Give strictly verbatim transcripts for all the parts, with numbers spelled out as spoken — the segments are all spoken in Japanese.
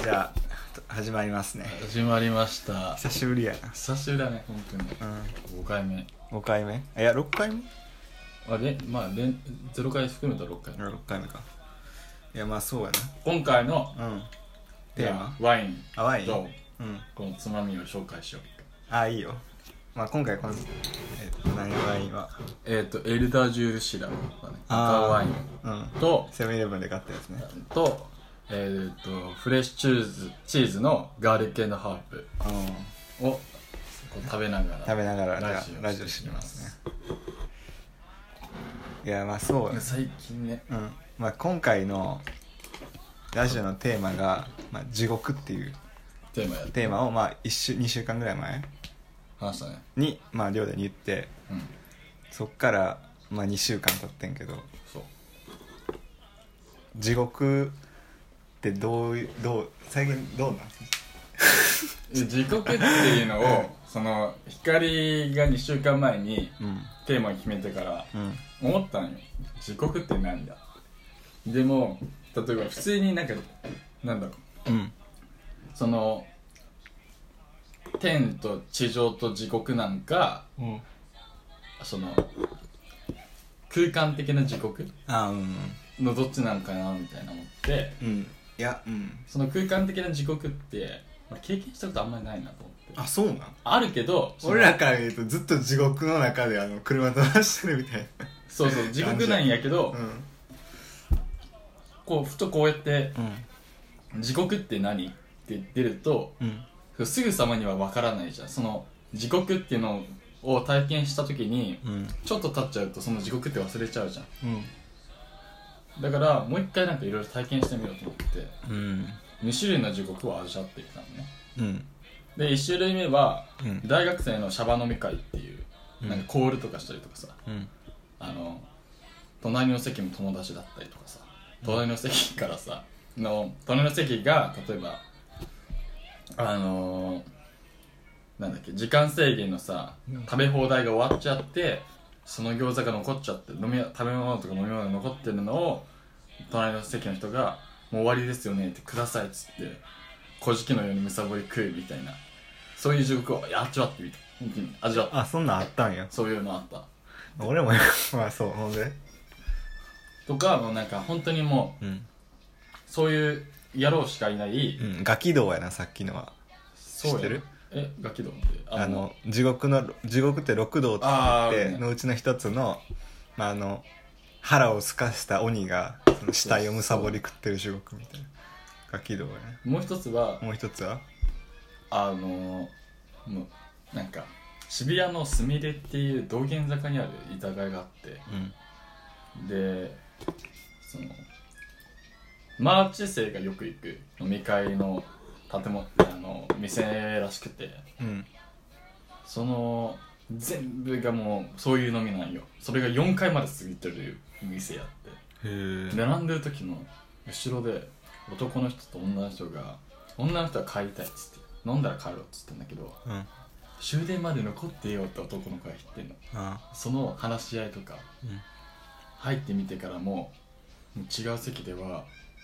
じゃあ始まりますね。 始まりました。 久しぶりやな。 久しぶりだね、本当に。うん。ごかいめ。 ごかいめ？いやろっかいめ？ あれ、まあれゼロかい含めたらろっかいめ。 ろっかいめか。いやまあそうや今回のな。うんテーマワインあワインとうんこのつまみを紹介しよう。 あいいよ。まあ今回このえっと何ワインはえっ、ー、とエルダージュールシラーだね。赤あワインうんとセブンイレブンで買ったやつね。 とえっ、ー、とフレッシュチーズチーズのガーリック&ハーブうんをこう食べながら食べながらラジオラジオしてますね。いやまあそう、 最近ね、 うんまあ今回のラジオのテーマが、まあ、地獄っていうテーマやってテーマをまあいっ週にしゅうかんぐらい前話したね。 にまあ寮でに言って、 うんそっからまあにしゅうかん経ってんけど、 そう地獄ってどういうどう最近どうなん地獄っていうのをその光がにしゅうかんまえにうんテーマを決めてからうん思ったのよ。地獄ってなんだ。でも例えば普通になんかなんだろう、 うんその天と地上と地獄なんか、 うんその空間的な地獄あうんのどっちなんかなみたいな思って、 うんいやうんその空間的な地獄って俺経験したことあんまりないなと思って。 あそうなんあるけど俺らから言うとずっと地獄の中であの車飛ばしてるみたいなそうそう地獄なんやけど、 うんこうふとこうやってうん地獄って何って出るとうんすぐさまには分からないじゃん。その地獄っていうのを体験した時にうんちょっと経っちゃうとその地獄って忘れちゃうじゃん。 うんだからもう一回なんかいろいろ体験してみようと思ってうんに種類の地獄を味わってきたのね。 うんでいち種類目はうん大学生のシャバ飲み会っていう、 うんなんかコールとかしたりとかさ、 うんあの隣の席も友達だったりとかさ、隣の席からさの隣の席が例えばあのー、なんだっけ時間制限のさ、 うん食べ放題が終わっちゃってその餃子が残っちゃって飲み食べ物とか飲み物が残ってるのを隣の席の人がもう終わりですよねってくださいっつって小じきのようにむさぼり食うみたいな、そういう地獄を味わってみた。本当に味わったあそんなんあったんや。 そういうのあった俺もまあそうほんでとか、もうなんか本当にもううんそういう野郎しかいない、 うんガキ道やなさっきのは。 そうや知ってる？ えガキ道ってあの地獄の地獄って六道ってあーあるね言ってのうちの一つの、まあ、あの腹をすかした鬼がその死体をむさぼり食ってる地獄みたいなガキ道やね。 もう一つはもう一つはあのもうなんか渋谷のすみれっていう道玄坂にある居酒屋があってうんでそのマーチ生がよく行く飲み会の建物あの店らしくて、 うんその全部がもうそういう飲みなんよ。それがよんかいまで過ぎてる店やってへえ並んでる時の後ろで男の人と女の人が女の人は帰りたいっつって飲んだら帰ろうっつってんだけど、 うんあ終電まで残ってよって男の子が言ってんの。 あその話し合いとかうん入ってみてからももう違う席では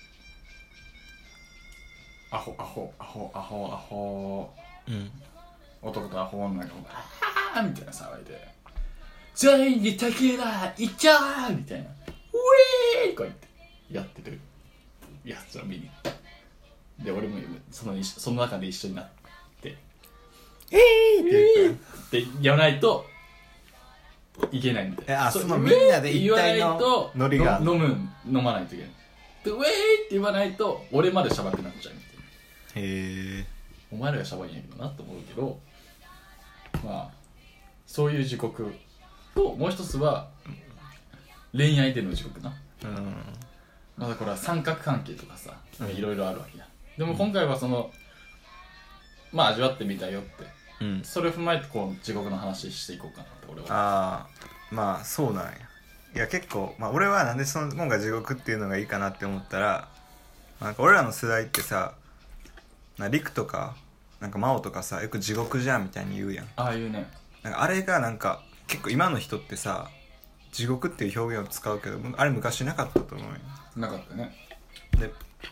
アホアホアホアホアホうん男とアホ女があーみたいな騒いで全員でテキーラいっちゃーみたいなウィーとか言ってやってるやつを見に行ってで俺もそのその中で一緒になってえーって言ったって言わないといけないみたいな。 えあそのみんなで一体のノリがの飲む飲まないといけないでウェーイって言わないと俺までシャバくなっちゃうみたいな。 へえお前らがシャバいんやけどなと思うけど、まあそういう地獄ともう一つは恋愛での地獄な。 うんまだこれは三角関係とかさうんいろいろあるわけや。でも今回はそのまあ味わってみたよってうんそれを踏まえてこう地獄の話していこうかなって俺は。 ああまあそうなんや。いや結構、まあ、俺はなんでその今回地獄っていうのがいいかなって思ったらなんか俺らの世代ってさなリクとかなんか真央とかさよく地獄じゃんみたいに言うやん。 ああいうねなんかあれがなんか結構今の人ってさ地獄っていう表現を使うけどあれ昔なかったと思うよ。 なかったね。 で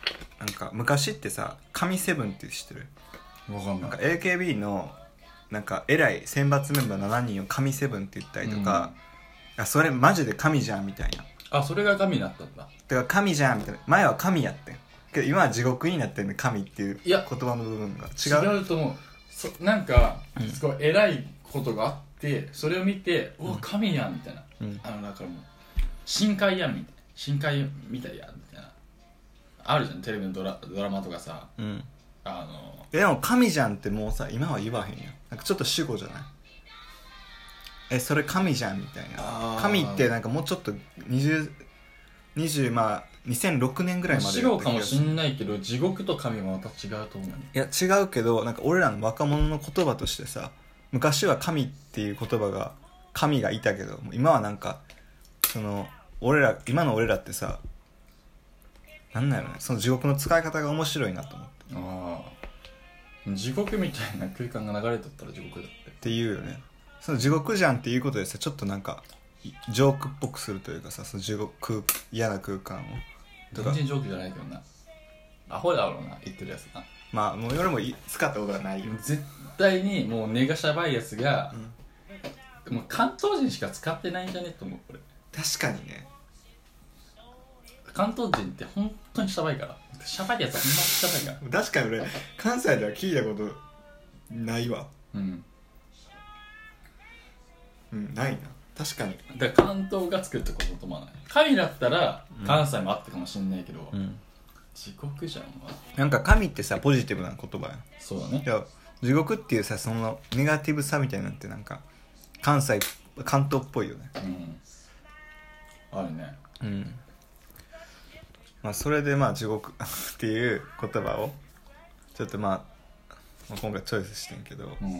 なんか昔ってさ神セブンって知ってる？ わかんない。 なんか エーケービー のなんか偉い選抜メンバーしちにんを神セブンって言ったりとか、うん、あそれマジで神じゃんみたいな。 あ、それが神になったんだ。 だから神じゃんみたいな。前は神やってんけど今は地獄になってんね神っていう言葉の部分が違う。 違うと思う。そなんかすごい偉いことがあってそれを見て、うん、お神やんみたいな、うん、あのだからもう深海やんみたいな、深海みたいやんみたいなあるじゃん、テレビのドラ、ドラマとかさ、うん、あのでも神じゃんってもうさ今は言わへんやん。なんかちょっと主語じゃない？えそれ神じゃんみたいな。神ってなんかもうちょっと20、20まあにせんろくねんぐらいまでやった気がする。死後かもしんないけど地獄と神はまた違うと思う。 いや違うけどなんか俺らの若者の言葉としてさ、昔は神っていう言葉が神がいたけど今はなんかその俺ら今の俺らってさなんだろうね、その地獄の使い方が面白いなと思って。 ああ地獄みたいな空間が流れとったら地獄だってっていうよね。その地獄じゃんっていうことでさちょっとなんかジョークっぽくするというかさ、その地獄嫌な空間を全然ジョークじゃないけどな、アホだろうな言ってるやつな。 まあもう俺も使ったことはないよ。 絶対にもう根がしゃばいやつが、うん、もう関東人しか使ってないんじゃねと思うこれ。 確かにね、 関東人って本当にしゃばいから、しゃばいやつはほんましゃばいから確かに俺関西では聞いたことないわ。うんうんないな、確かに。 だから関東が作ったことと思わない。神だったら関西もあったかもしれないけど、うん、地獄じゃんわ。 なんか神ってさポジティブな言葉やん。 そうだね。 いや地獄っていうさそのネガティブさみたいなんてなんか関西関東っぽいよね。 うん、あるね。うん。 まあそれでまあ地獄っていう言葉をちょっとまあ、まあ、今回チョイスしてんけど、うん、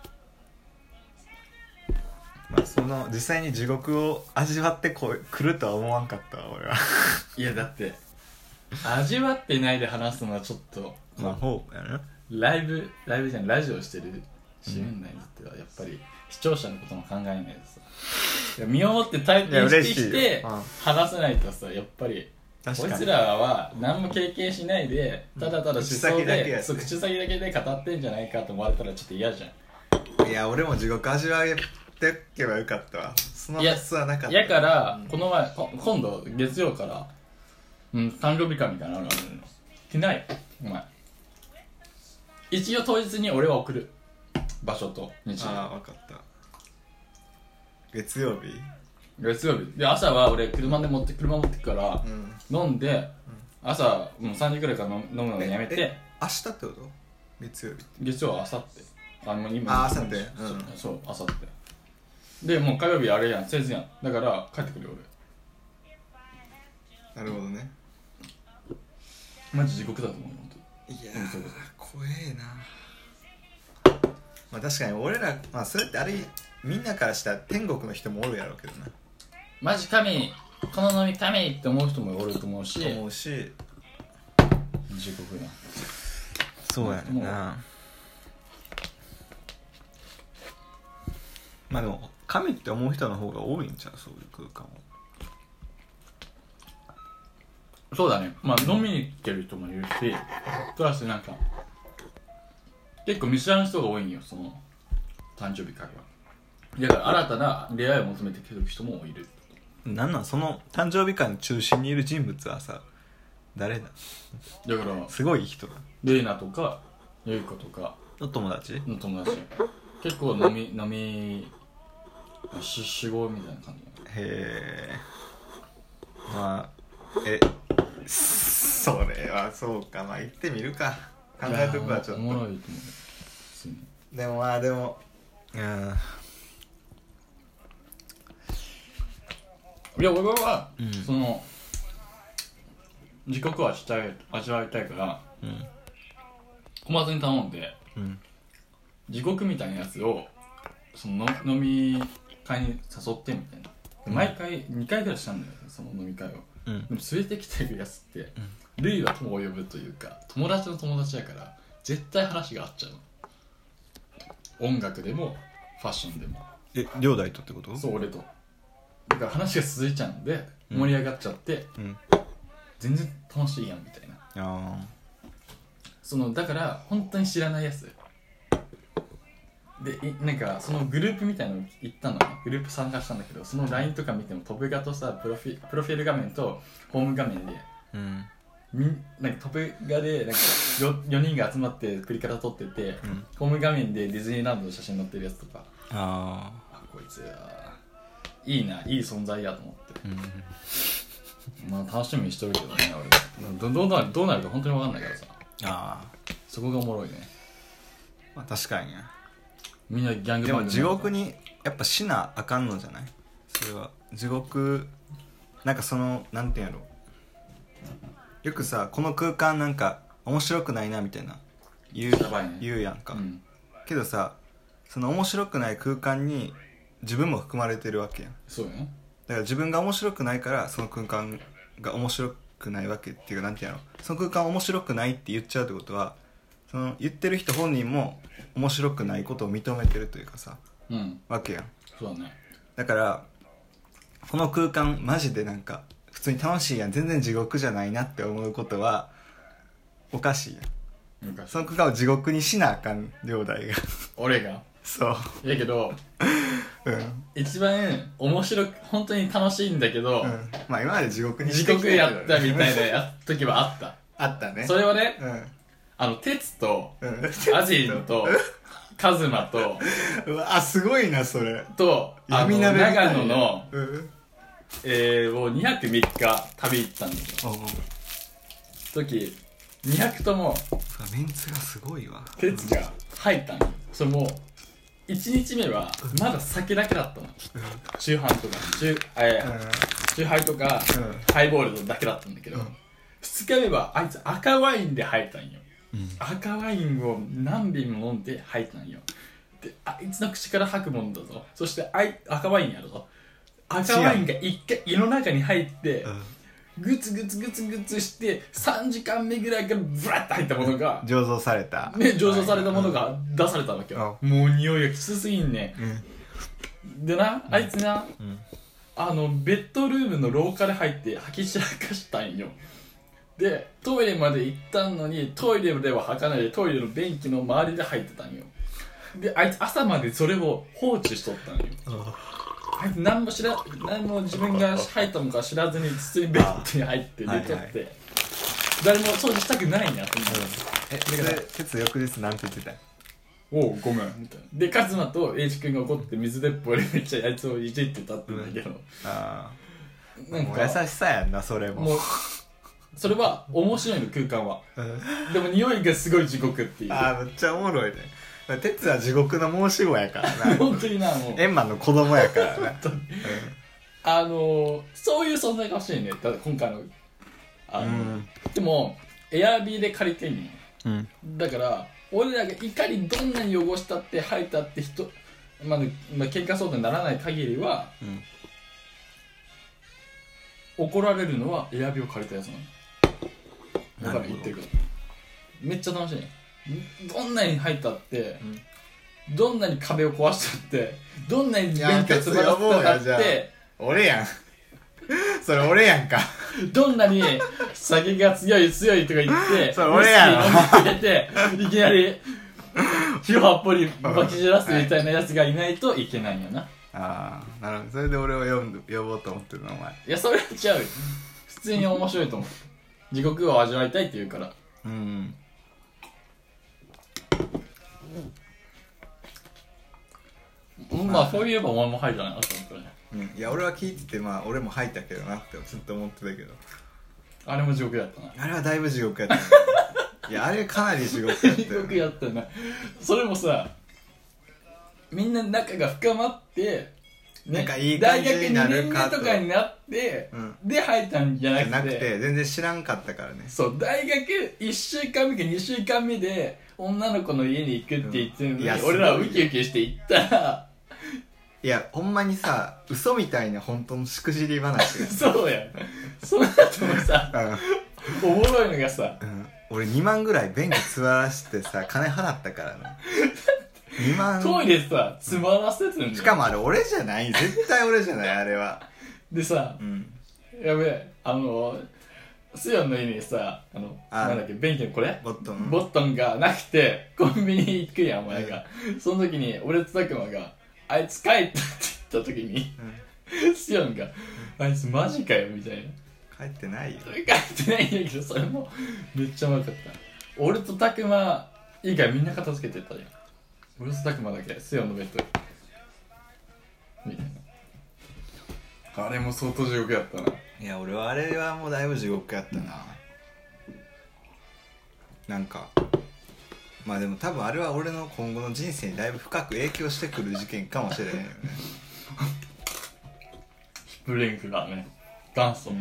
まあその実際に地獄を味わってこう来るとは思わんかったわ俺は。 いやだって味わってないで話すのはちょっとまあほうやな。 ライブライブじゃんラジオしてる市民内ってはやっぱり視聴者のことも考えないでさ、身をもって体験してきて話せないとさ、やっぱりこいつらは何も経験しないでただただ思想でそう口先だけで語ってんじゃないかと思われたらちょっと嫌じゃん。 いや俺も地獄味わえてけばよかったわ。その発想はなかった。 やから、うん、この前今度月曜からうん誕生日会みたいなのがあるの来ないお前。一応当日に俺は送る場所と日曜。 ああ分かった。月曜日月曜日で朝は俺車で持って車持ってくから、うん、飲んで、うん、朝もうさんじぐらいから飲むのやめて。 明日ってこと？月曜日月曜は明後日。あの今あ明後日、うん、 そう明後日でもう火曜日あれやん節やんだから帰ってくるよ俺。なるほどね。 マジ地獄だと思うよ本当。 いやー怖えな。まあ確かに俺らまあそれってあれみんなからしたら天国の人もおるやろうけどな。 マジ神この飲み神って思う人もおると思うし思うし地獄や。 そうやねんな。まあでも神って思う人の方が多いんちゃうそういう空間を。 そうだね。まあ飲みに行ってる人もいるしプラスなんか結構見知らぬ人が多いんよその誕生日会は。だから新たな出会いを求めてくる人もいる。 なんなんその誕生日会の中心にいる人物はさ誰だ。 だからすごい人だ。 レイナとかユイコとかの友達の友達結構飲み飲みし死亡みたいな感じ。 へえ。まあえそれはそうか。まあ行ってみるか。考えとくわちょっと。おもろいと思う。でもまあでもうんいや俺は、うん、その地獄はしたい味わいたいから、うん、小松に頼んで、うん、地獄みたいなやつをその飲み会に誘ってみたいな、うん、毎回にかいぐらいしたんだよその飲み会を、うん、でも連れてきてるやつって、うん、ルイは友を呼ぶというか友達の友達だから絶対話が合っちゃうの。音楽でもファッションでも。 え両大とってこと？ そう俺とだから話が続いちゃうんで盛り上がっちゃって、うん、全然楽しいやんみたいなあそのだから本当に知らないやつで、いなんかそのグループみたいなの行ったのね。グループ参加したんだけど、その ライン とか見てもトップ画とさプロフィプロフィール画面とホーム画面でうんみんなんかトップ画でなんか 4, よにんが集まってプリカラ撮ってて、 うん、 ホーム画面でディズニーランドの写真載ってるやつとか、 ああこいついいないい存在やと思って、 うん、 まあ楽しみにしとるけどね俺。どどうなるどうなるか本当に分かんないからさ。 あそこがおもろいね。 まあ確かにね。 みんなギャングでも地獄ににやっぱ死なあかんのじゃない？それは地獄なんかそのなんていうんやろ、よくさこの空間なんか面白くないなみたいな言う、 やばいね、 言うやんか、 うん、 けどさその面白くない空間に自分も含まれてるわけやん。 そうよね。 だから自分が面白くないからその空間が面白くないわけっていうか、なんていうの、その空間面白くないって言っちゃうってことはその言ってる人本人も面白くないことを認めてるというかさ、 うん、 わけやん。 そうだね。 だからこの空間マジでなんか普通に楽しいやん、全然地獄じゃないなって思うことはおかしいやん。その空間を地獄にしなあかん、両大が俺がそうやけどうん一番面白く本当に楽しいんだけど、 うん、まあ今まで地獄に地してきたけどね、 獄やったみたいなや時はあったあったね。 それはね、 うんあの鉄とうんアジンとカズマとうわあすごいなそれ。 とあの闇鍋みたいな長野の、 うんえー、もうにはくみっか旅行ったんですよ。 おうおう時にひゃくともうわメンツがすごいわ。 鉄が入ったんよ。それもいちにちめはまだ酒だけだったの。中飯とか中、えー、中杯とか、 うん、 ハイボールだけだったんだけど、 うん、 ふつかめはあいつ赤ワインで入ったんよ、 うん、 赤ワインを何瓶も飲んで入ったんよ。であいつの口から吐くもんだぞ。そしてあい赤ワインやるぞ。赤ワインが一回胃の中に入って、うんグツグツグツグツしてさんじかんめぐらいからブラッと入ったものが醸造されたね、醸造されたものが出されたわけよ、うん、もう匂いがきつすぎんね、うん、でな、あいつな、うん、あのベッドルームの廊下で入って吐き散らかしたんよ。でトイレまで行ったのにトイレでは吐かないでトイレの便器の周りで入ってたんよ。であいつ朝までそれを放置しとったんよ。あいつ何も知ら何も自分が入ったのか知らずに普通にベッドに入って寝とって、はいはい、誰も掃除したくないんやと思って、うん、 えだから鉄翌日なんて言ってた？ おうごめんみたいな。でカズマとエイジ君が怒って水鉄砲でめっちゃあいつをいじってたって言うんだけど、うん、 あなんか優しさやんなそれも。もうそれは面白いの空間は、うん、でも匂いがすごい地獄っていう。 ああめっちゃおもろいね。鉄は地獄の申し子やからな本当にな、もうエンマの子供やからなうん、 あのー、そういう存在が欲しいね。だ今回のあの、うん、でもエアビーで借りてんね、うん、だから俺らがいかにどんなに汚したって吐いたって人まあ、ね、まあ、喧嘩騒動にならない限りは、うん、怒られるのはエアビーを借りたやつなの。だから言ってるけどめっちゃ楽しいね。どんなに入ったって、うん、どんなに壁を壊したってどんなに便器を詰まらせたって俺やんそれ俺やんかどんなに酒が強い強いとか言ってそれ俺やんウイスキー飲みつけていきなり火をっぽりバキ散らすみたいなやつがいないといけないんやな。 ああなるほど。それで俺を呼んで呼ぼうと思ってるのお前。 いやそれは違うよ。普通に面白いと思う。地獄を味わいたいって言うからうんうん、まあそういえばお前も吐いたなと思ったね、 うん、いや俺は聞いててまあ俺も吐いたけどなってずっと思ってたけどあれも地獄やったな。 あれはだいぶ地獄やったいやあれかなり地獄やったよ、ね、 地獄やったな。それもさみんな仲が深まってね、 なんかいい感じになるかと大学にねんめとかになって、うん、で入ったんじゃなくてなくて全然知らんかったからね。 そう大学いっしゅうかんめかにしゅうかんめで女の子の家に行くって言ってるのに、うん、俺らはウキウキして行ったらいやほんまにさ嘘みたいな本当のしくじり話がそうやその後もさ、うん、おもろいのがさ、 うん、俺にまんぐらい便器座らしてさ金払ったからねにまんトイレさ詰まらせてるんだよ。 しかもあれ俺じゃない絶対俺じゃないあれはでさ、うん、やべえあのスヨンの家にさあのあなんだっけ便器のこれボットンボットンがなくてコンビニ行くやんお前が、その時に俺と拓磨があいつ帰ったって言った時に、うん、スヨンが、うん、あいつマジかよみたいな帰ってないよ帰ってないんだけどそれもめっちゃうまかった。俺と拓磨以外みんな片付けてたよ。俺と拓磨だけスヨンのベッドみたいな。あれも相当地獄やったな。 いや俺はあれはもうだいぶ地獄やったな。なんかまあでも多分あれは俺の今後の人生にだいぶ深く影響してくる事件かもしれないよね。 ヒプレンクがね元祖、うん、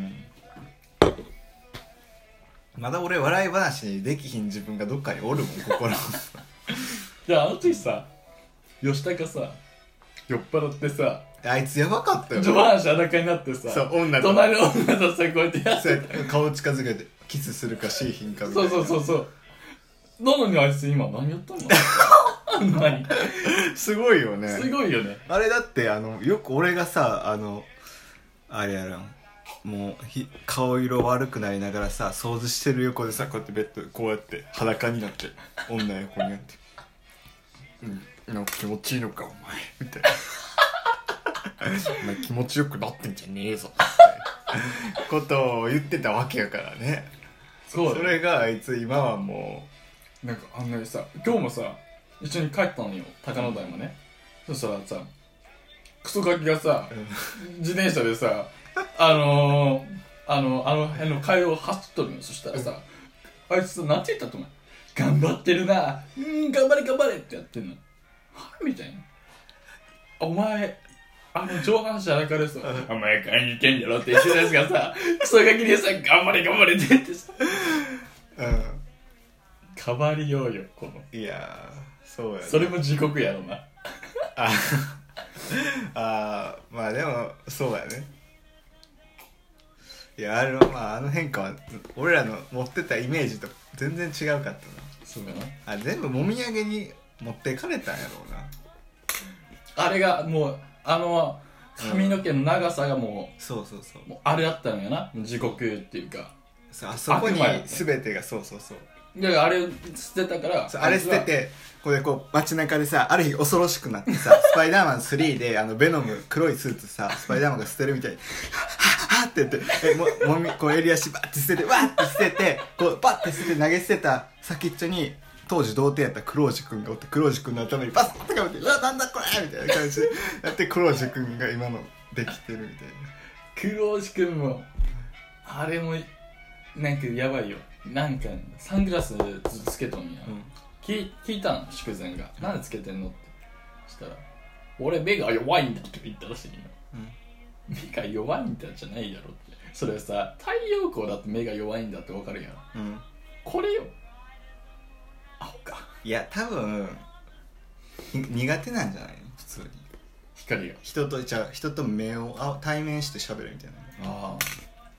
まだ俺笑い話にできひん自分がどっかにおるもん心。 であの時さ吉高さ酔っ払ってさあいつやばかったよ。 上半身裸になってさそう女と隣の女とさこうやってやって顔近づけてキスするかしいひんかみたいな。 そうそうそうそうなのにあいつ今何やったの何すごいよね。 すごいよね。 あれだってあのよく俺がさあのあれやらんもうひ顔色悪くなりながらさ掃除してる横でさこうやってベッドこうやって裸になって女横にやってうんなんか気持ちいいのかお前みたいなお前気持ちよくなってんじゃねえぞってことを言ってたわけやからね。 そうそれがあいつ今はもうなんかあんなにさ今日もさ一緒に帰ったのよ高野台もね、うん、そしたらさクソガキがさ、うん、自転車でさあのー、あのあの辺の街道を走っとるの。そしたらさ、うん、あいつさなんて言ったと思う。頑張ってるなうん頑張れ頑張れってやってんのはみたいな。お前あの上半身裸でさお前買いに行けんやろって言ってたやつがさクソガキでさ頑張れ頑張れって言ってさうん変わりようよこの。 いやそうやね。 それも地獄やろな。 ああまあでもそうやね。いやあのまああの変化は俺らの持ってたイメージと全然違うかったな。 そうやな。 あ全部もみあげに持っていかれたんやろうな。 あれがもうあの髪の毛の長さがもう、 うん、そうそうそうもうあれだったのよな。地獄っていうかあそこに全てがそうそうそういやあれ捨てたからあれ捨ててこれこう街中でさある日恐ろしくなってさスパイダーマンスリーであのベノム黒いスーツさスパイダーマンが捨てるみたいにはっはっって言ってえももみこう襟足バッて捨ててわーって捨ててこうバッて捨てて投げ捨てた先っちょに当時童貞やった黒地君がおって黒地君の頭にバサッてかぶってうわなんだこれみたいな感じでやって黒地君が今のできてるみたいな。 黒地君もあれもなんかやばいよ。なんかサングラスずっとつけとんや、うん、聞, 聞いたん祝然がなんでつけてんのってしたら俺目が弱いんだって言ったらしいよ、うん、目が弱いんだじゃないやろって。それさ太陽光だって目が弱いんだって分かるやん、うん、これよアホか。 いや多分苦手なんじゃないの普通に光が人とじゃあ人と目を対面して喋るみたいな。ああ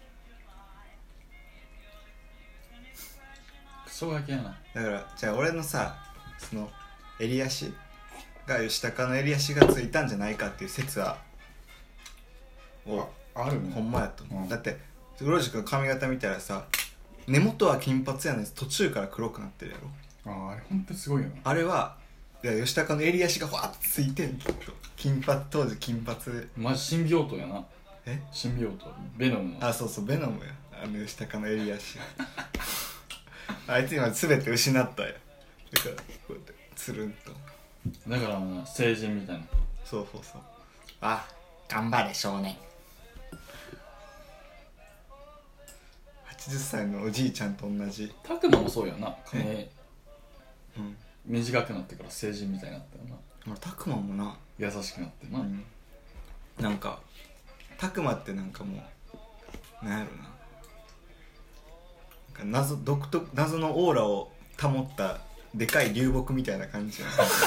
そうだけやな。 だからじゃあ俺のさその襟足が吉高の襟足がついたんじゃないかっていう説はああるね。 ほんまやと思う、うん、だって黒地君の髪型見たらさ根元は金髪やねん途中から黒くなってるやろ。 あああれほんとすごいよな。 あれはいや吉高の襟足がふわっとついてんきっと金髪当時金髪マジシンビオートやな。 えシンビオートベノム。 あそうそうベノムやあの吉高の襟足あいつ今全て失ったよ。だからこうやってつるんとだから成人みたいな。 そうそうそうあ頑張れ少年。はちじゅっさいのおじいちゃんと同じ。 タクマもそうやな髪、うん、短くなってから成人みたいになったよな。タクマもな優しくなってな、うん、 なんかタクマってなんかもうなんやろな謎独特謎のオーラを保ったでかい流木みたいな感じ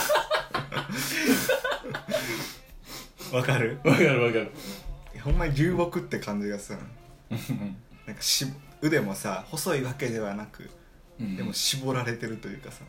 わかるわかるわかる。 ほんまに流木って感じがするなんかし腕もさ細いわけではなく、うん、でも絞られてるというかさ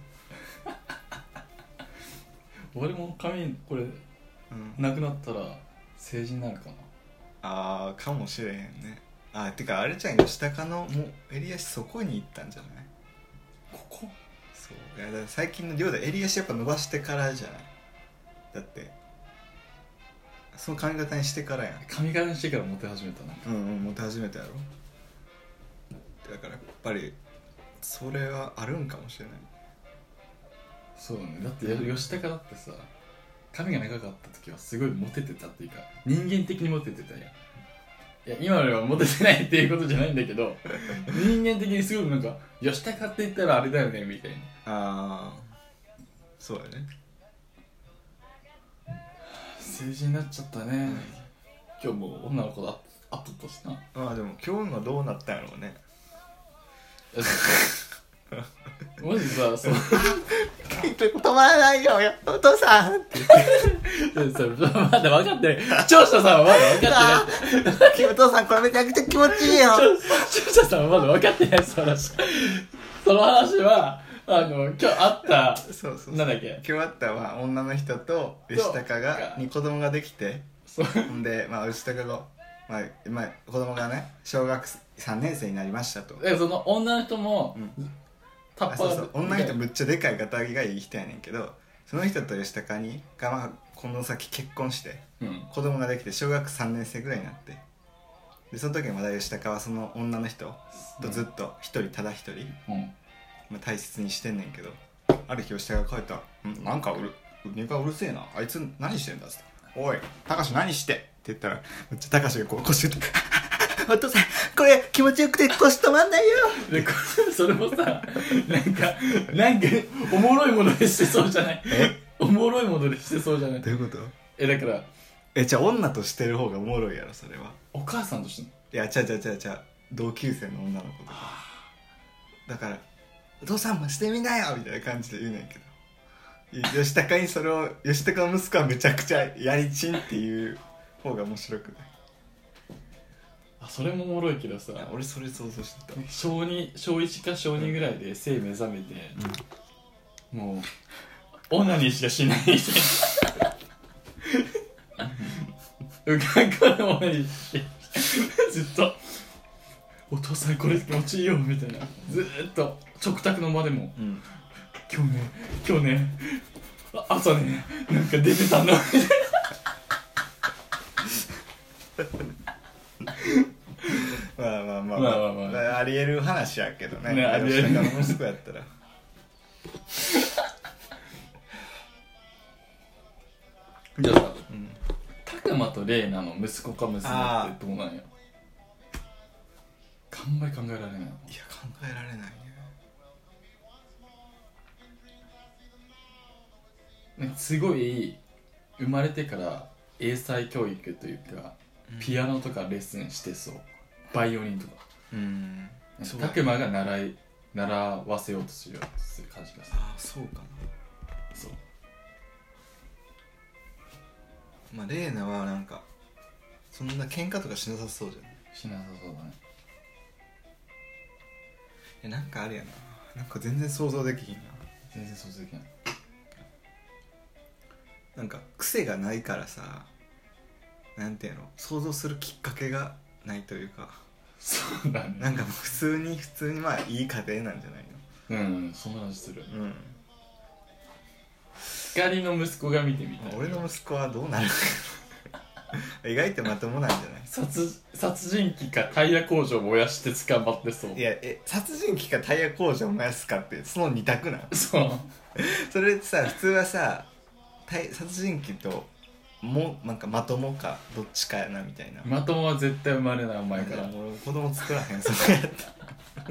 俺も髪これ、うん、なくなったら成人になるかな。 あーかもしれへんね。 あてかあれちゃん吉高のもう襟足そこに行ったんじゃない？ ここそういやだから最近の亮太襟足やっぱ伸ばしてからじゃない？だってその髪型にしてからやん。 髪型にしてからモテ始めたな。 うんうんモテ始めたやろ。だからやっぱりそれはあるんかもしれない。 そうだね。だって吉高だってさ髪が長かった時はすごいモテてたっていうか人間的にモテてたやん。いや今のはモテてないっていうことじゃないんだけど人間的にすごいなんか吉高って言ったらあれだよねみたいな。 ああそうだね。 成人になっちゃったね、うん、今日も女の子だあったとしな。 ああでも今日のどうなったんやろうねマジさそう止まらないよお父さんって言ってまだ分かってない視聴者さんはまだ分かってないお父さんこれめちゃくちゃ気持ちいいよ視聴者さんはまだ分かってないその話その話はあの今日会ったそうそうそうなんだっけ今日会ったは女の人と吉高がに子供ができてんで、まあ、吉高が、まあまあ、子供がね小学さんねん生になりましたと。 でその女の人も、うん、タッパーそうそう女の人むっちゃでかいガタギがいい人やねんけどその人と吉高にが、まあ、この先結婚して、うん、子供ができて小学さんねん生ぐらいになってでその時にまだ吉高はその女の人とずっと一人ただ一人、うんまあ、大切にしてんねんけどある日吉高が帰ったら「んなんかうる寝がうるせえなあいつ何してんだ」っつって「おい高志何して」って言ったらめっちゃ高志がこう腰打ってお父さんこれ気持ちよくて腰止まんないよでそれもさなんかなんかおもろいものでしてそうじゃないえおもろいものでしてそうじゃないどういうこと？ えだからえじゃあ女としてる方がおもろいやろそれは。 お母さんとしてのいやちゃちゃちゃちゃ同級生の女の子とかだからお父さんもしてみなよみたいな感じで言うねんけど吉高にそれを吉高の息子はめちゃくちゃやりちんっていう方が面白くない？ あそれもおもろいけどさ俺それ想像してた。 小に小いちか小にぐらいで性目覚めて、うん、もうオナニーしかしないみたいなうかんからオナニーしてずっとお父さんこれ気持ちいいよみたいなずーっと食卓の場でも、うん、今日ね今日ね朝ねなんか出てたんだみたいなまあまあまあ、 まあまあまあ、 ありえる話やけどね。 ねありえる息子やったらじゃあさ、うん、拓磨と玲奈の息子か娘ってどうなんや？あんまり考えられない。いや考えられないね。すごい生まれてから英才教育というか、うん、ピアノとかレッスンしてそう。バイオリンとか。うん。拓磨が習い習わせようとする感じがする。 ああそうかな。そう。まあ玲奈はなんかそんな喧嘩とかしなさそうじゃない？ しなさそうだね。 えなんかあれやな。なんか全然想像できひんな。 全然想像できない。 なんか癖がないからさ、なんていうの想像するきっかけがないというか。 そうだね。 なんか普通に普通にまあいい家庭なんじゃないの？うん、そんな話する。うん。光の息子が見てみたい。 俺の息子はどうなる意外とまともなんじゃない？ 殺殺人鬼かタイヤ工場燃やして捕まってそう。 いやえ殺人鬼かタイヤ工場燃やすかってその二択なの？ そうそれってさ普通はさ殺人鬼ともなんかまともかどっちかやなみたいな。 まともは絶対生まれないお前から。 もう子供作らへんそれやった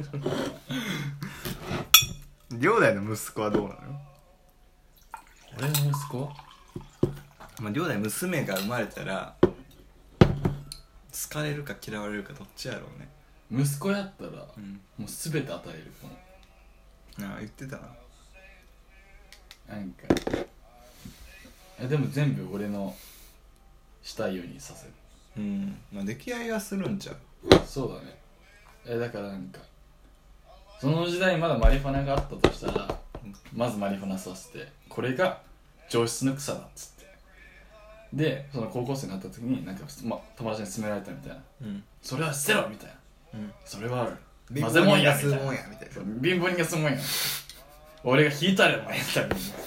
両代の息子はどうなの？ 俺の息子？ まあ、両代娘が生まれたら好かれるか嫌われるかどっちやろうね。 息子やったら、うん、もう全て与えるかも。 ああ言ってたな。 なんかえでも全部俺のしたいようにさせる。 うんまあ出来合いはするんちゃう？ そうだね。えだからなんかその時代まだマリファナがあったとしたら、うん、まずマリファナさせてこれが上質の草だっつってでその高校生になった時になんか、ま、友達に勧められたみたいな、 うん、 それは捨てろみたいな、 うん、 それは貧混ぜもんやすもんやみたいな、 貧乏人がすもんや俺が引いたらお前やったら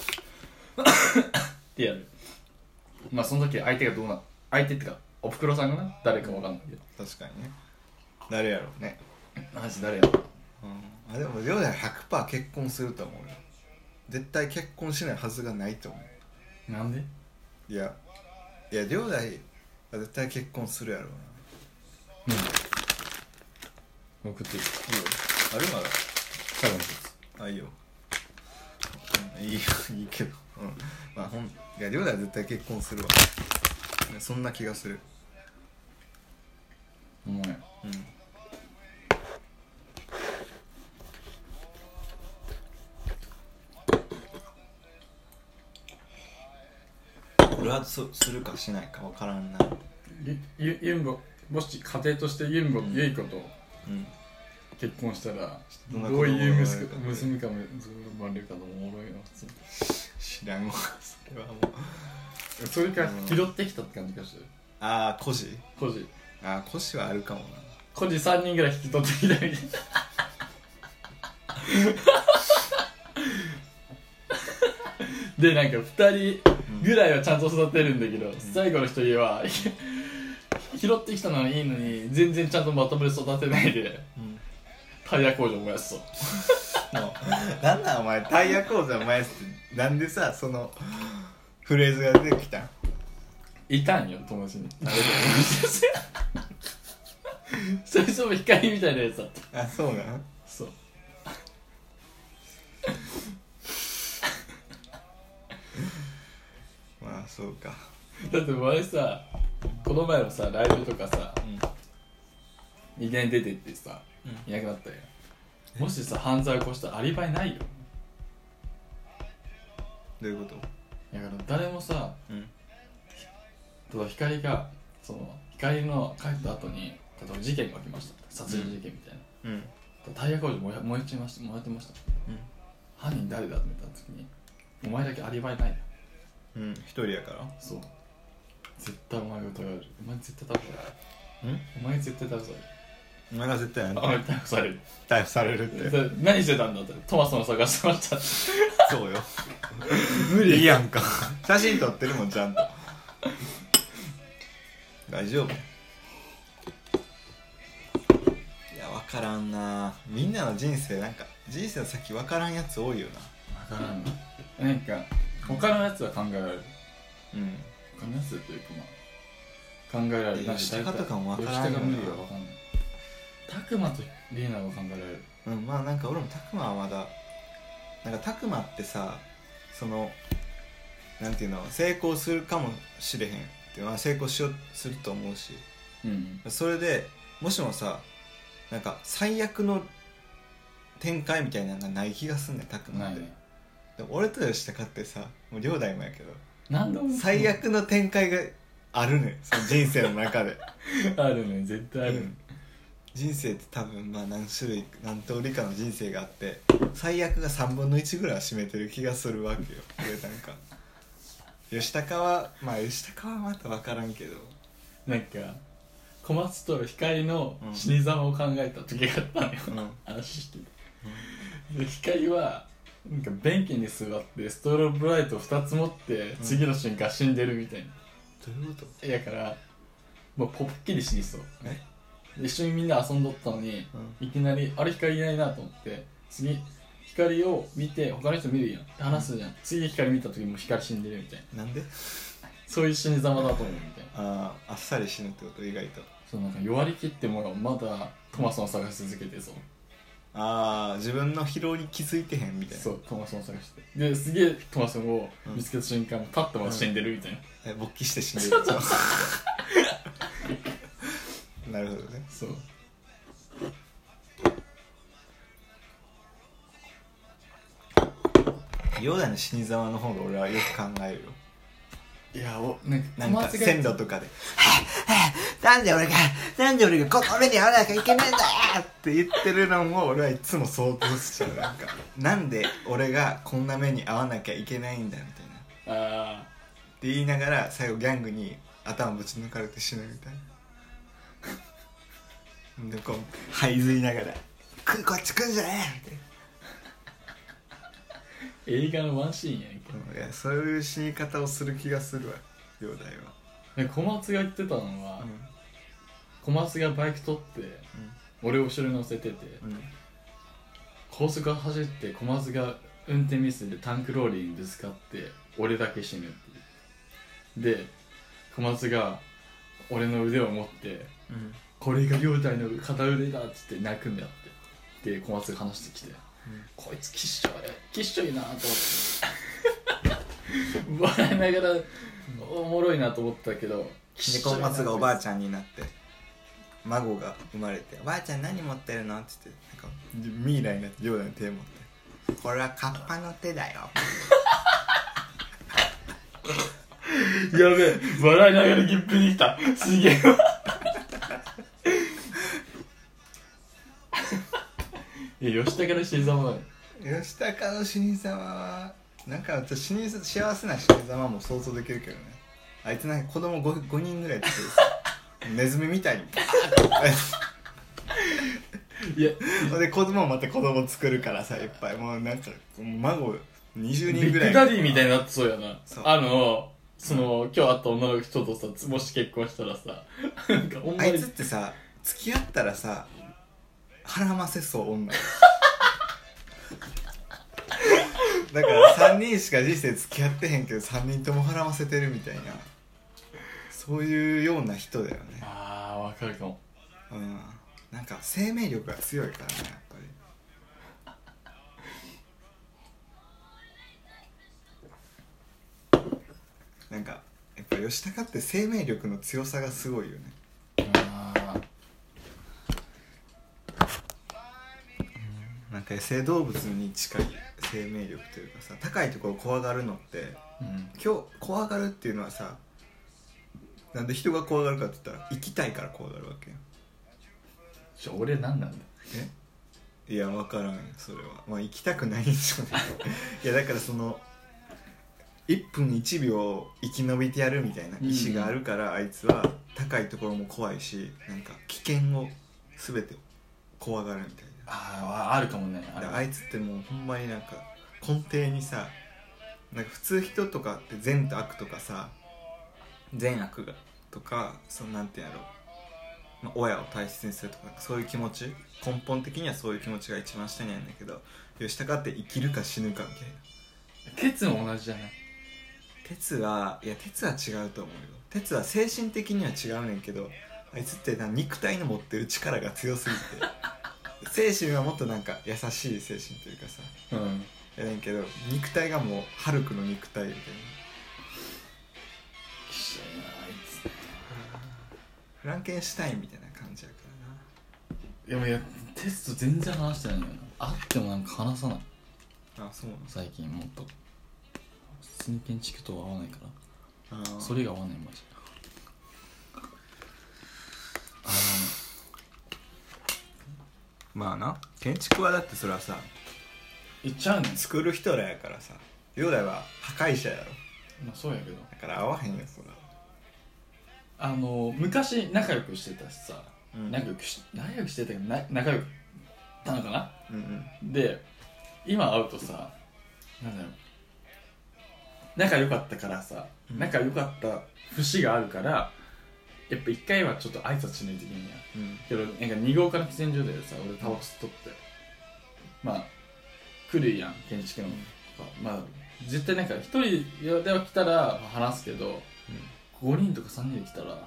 ってやる。まあその時相手がどうな相手ってかおふくろさんがな誰かわかんないけど、 確かにね、誰やろうね、 マジ誰やろ、 うん、あでも両親 ひゃくパーセント 結婚すると思うよ。絶対結婚しないはずがないと思う。 なんで？ いやいや両親は絶対結婚するやろうな。 うん送っていい？ いいよ。あるまだ最後の一つ。 あいいよ、うん、いいよいいけど、うん、まあほんいや両親は絶対結婚するわ、そんな気がする。 お前うん俺はするかしないか分からんな。 ゆユンボもし家庭としてユンボ、うん、ユイコとうん結婚したらどどういう息子娘かも生まれるかのおもろいな。 知らんわそれはもうそれから拾ってきたって感じかしら。 ああ孤児孤児ああ孤児はあるかもな。 孤児さんにんぐらい引き取ってきたみたいなでなんかふたりぐらいはちゃんと育てるんだけど、うん、最後の一人は拾ってきたのはいいのに全然ちゃんとまとめて育てないで、うん、タイヤ工場燃やすそうもうなんなんお前タイヤ工場燃やすってなんでさそのフレーズが出てきたん？ いたんよ友達にそいつも光みたいなやつだった。 あそうなの？ そうまあそうか。 だって前さこの前のさライブとかさ、うん、いきなり出てってさ、うん、いなくなったよ。もしさ犯罪を起こしたらアリバイないよ。 どういうこと？ だから誰もさ、うん、ただ光がその光の帰った後に例えば事件が起きました殺人事件みたいな、うん、タイヤ工場燃え燃えちゃいました燃えてました、うん、犯人誰だって見た時にお前だけアリバイないよ。 うん一人やから。そう絶対お前が疑われる。お前絶対逮捕される。んお前絶対逮捕される。 お前が絶対やん。 お前逮捕される。 逮捕されるって何してたんだってトマスの探してましたそうよ無理やんか写真撮ってるもんちゃんと大丈夫？いや分からんな。みんなの人生なんか人生の先分からんやつ多いよな。分からんな。なんか他のやつは考えられる。うん他のやつというかまあ考えられる。 吉高とかも分からんよな。 吉高無理は分かんない。タクマとリーナは考えられる。 うんまあなんか俺もタクマはまだなんかタクマってさそのなんていうの成功するかもしれへんっていうのは成功しようすると思うし、うん、それでもしもさなんか最悪の展開みたいなのがない気がすんねんタクマって。ね、でも俺と吉高ってさもう両代もやけどなんで最悪の展開があるねんその人生の中であるね絶対ある、うん、 人生って多分まあ何種類何通りかの人生があって最悪がさんぶんのいちぐらいは占めてる気がするわけよ。俺なんか吉高はまあ吉高はまた分からんけどなんか小松と光の死に様を考えた時があったのよ、うん、話して、うん、で光はなんか便器に座ってストロブライトをふたつ持って次の瞬間死んでるみたいな、 うん、どういうこと？ だからもうポッキリ死にそう。え一緒にみんな遊んどったのに、うん、いきなりあれ光いないなと思って次光を見て他の人見るやんって話すじゃん、うん、次光見た時も光死んでるみたいな。なんで？ そういう死に様だと思うみたいな。あああっさり死ぬってこと意外と。 そうなんか弱りきってもまだトマソンを探し続けてそう。 ああ自分の疲労に気づいてへんみたいな。 そうトマソンを探してですげえトマソンを見つけた瞬間、うん、立ってまで死んでるみたいな、 うん、え勃起して死んでるなるほどね。 そうヨダの死に様の方が俺はよく考えるよ。 いやおなんかなんか線路とかでなんで俺がなんで俺がこの目に遭わなきゃいけないんだよって言ってるのも俺はいつも想像しちゃう。なんかなんで俺がこんな目に遭わなきゃいけないんだみたいな。 あって言いながら最後ギャングに頭ぶち抜かれて死ぬみたいなでこう這いずりながらこっち来んじゃねえみたいな映画のワンシーンやんけ。 いやそういう死に方をする気がするわ両大は。 で小松が言ってたのは、うん、小松がバイク取って、うん、俺を後ろに乗せてて、うん、高速走って小松が運転ミスでタンクローリーにぶつかって俺だけ死ぬっていう。で小松が俺の腕を持って、うん、これが両大の片腕だっつって泣くんだってで小松が話してきて、うん、こいつきっしょいきっしょいなと思って笑いながらおもろいなと思ったけど、で小松がおばあちゃんになって孫が生まれて「おばあちゃん何持ってるの?」って言ってなんかミイラになって両大の手持って「これはカッパの手だよ」 やべえ笑いながらギップに来たすげえいや吉高の死に様だね。 吉高の死に様はなんか死に幸せな死に様も想像できるけどね。あいつなんか子供 5, 5人ぐらいってさネズミみたいにいやで子供もまた子供作るからさいっぱいもうなんか孫にじゅうにんぐらいビッグダディみたいになってそうやな。あのその今日会った女の人とさもし結婚したらさなんかあいつってさ付き合ったらさ腹ませそう女だからさんにんしか人生付き合ってへんけどさんにんとも腹ませてるみたいなそういうような人だよね。 ああわかるかも。 うんなんか生命力が強いからねやっぱりなんかやっぱ吉高って生命力の強さがすごいよね。あなんか野生動物に近い生命力というかさ高いところを怖がるのって、うん、今日怖がるっていうのはさなんで人が怖がるかって言ったら生きたいから怖がるわけよ。 ちょ俺何なんだえいや分からんよそれは。まあ生きたくないんでしょうねいやだからそのいっぷんいちびょう生き延びてやるみたいな意志があるから、うん、あいつは高いところも怖いしなんか危険を全て怖がるみたいな。 あああるかもね。あ, あいつってもうほんまになんか根底にさなんか普通人とかって善と悪とかさ善悪がとかそのなんてやろう、まあ、親を大切にするとかそういう気持ち根本的にはそういう気持ちが一番下にあるんだけど吉高って生きるか死ぬかみたいな。 鉄も同じじゃない。 鉄はいや鉄は違うと思うよ。鉄は精神的には違うねんけどあいつってな肉体の持ってる力が強すぎて精神はもっとなんか優しい精神というかさ、うん、やねんけど肉体がもうハルクの肉体みたいな。 きしょいなあいつ。 フランケンシュタインみたいな感じやからな。いやいやテスト全然話してないんだよな。会ってもなんか話さない。 あそうなの。 最近もっと普通に建築とは合わないからあそれが合わないマジ。 あのまあな建築はだってそれはさ言っちゃうねん作る人らやからさ両代は破壊者やろ。 まあそうやけどだから合わへんよそら。 あの昔仲良くしてたしさ、うん、仲良くし仲良くしてたけどな仲良くたのかな、うんうん、で今会うとさなんだろう仲良かったからさ、うん、仲良かった節があるからやっぱ一回はちょっと挨拶しないといけないや、うん、けどなんかに号から喫煙所でさ俺タバコ吸っとって、うん、まあ来るやん建築の、うん、まあ絶対なんか一人では来たら話すけど、うん、ごにんとかさんにんで来たら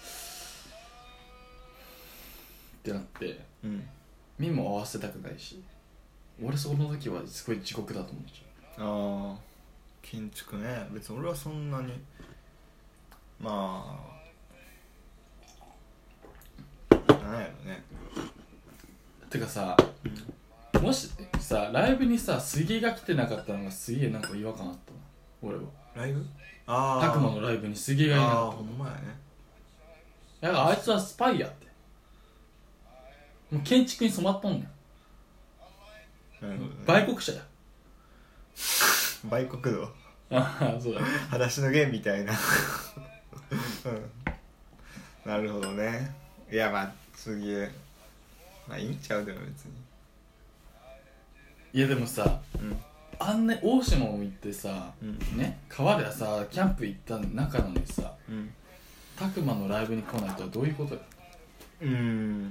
ってなって、うん、身も合わせたくないし俺その時はすごい地獄だと思っちゃう。 ああ建築ね別に俺はそんなにまあなんやろね。 てかさ、うん、もしさライブにさ杉が来てなかったのがすげえなんか違和感あったな俺は。 ライブああ拓磨のライブに杉がいなかった。ああほんまやね。 だからあいつはスパイやってもう建築に染まっとんねん。 なるほどね。 売国者や売国度ああそうだね。 裸足のゲンみたいなうんなるほどね。いやまあ次まあいいんちゃうでも別に。 いやでもさ、 うんあんな大島も行ってさ、 うんね、川でさキャンプ行った中なのにさ、 うんたくまのライブに来ないとはどういうことよ。 うーん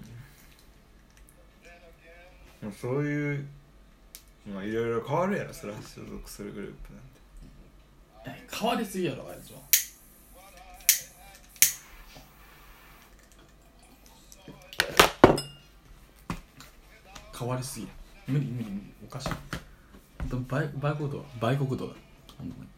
もうそういうまあいろいろ変わるやろそれは所属するグループなんて。 え変わりすぎやろあいつは。変わりすぎや。無理無理無理、おかしい。ほんと売売国度売国度だほんとに。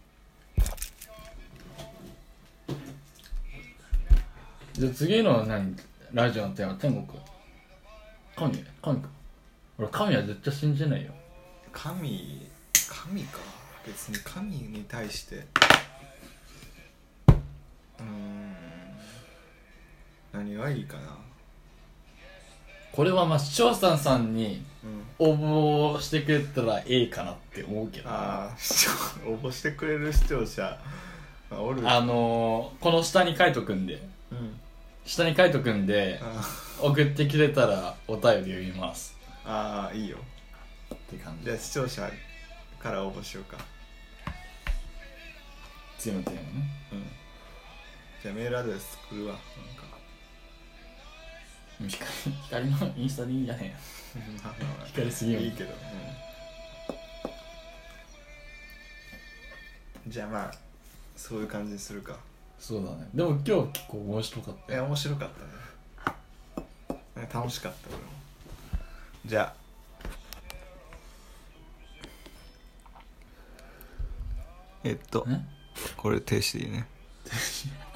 じゃあ次の何ラジオのテーマ天国神神か。俺神は絶対信じないよ。 神神か。別に神に対してうーん何がいいかな。 これはまあ視聴者さんにうん応募してくれたらええかなって思うけど、 ああ視聴応募してくれる視聴者、まあ、おる。 あのー、この下に書いとくんでうん下に書いとくんであ送ってくれたらお便り読みますあいいよ。 って感じ。 じゃあ視聴者から応募しようか。 次のテーマね。 うんじゃあメールアドレス作るわ。なんか光光のインスタでいいんじゃねえよ。光りすぎよ。 いいけど、うん、じゃあまあそういう感じにするか。 そうだね。でも今日結構面白かったよ。 え面白かったね。なんか楽しかった俺も。じゃあえっとねこれ停止でいいね。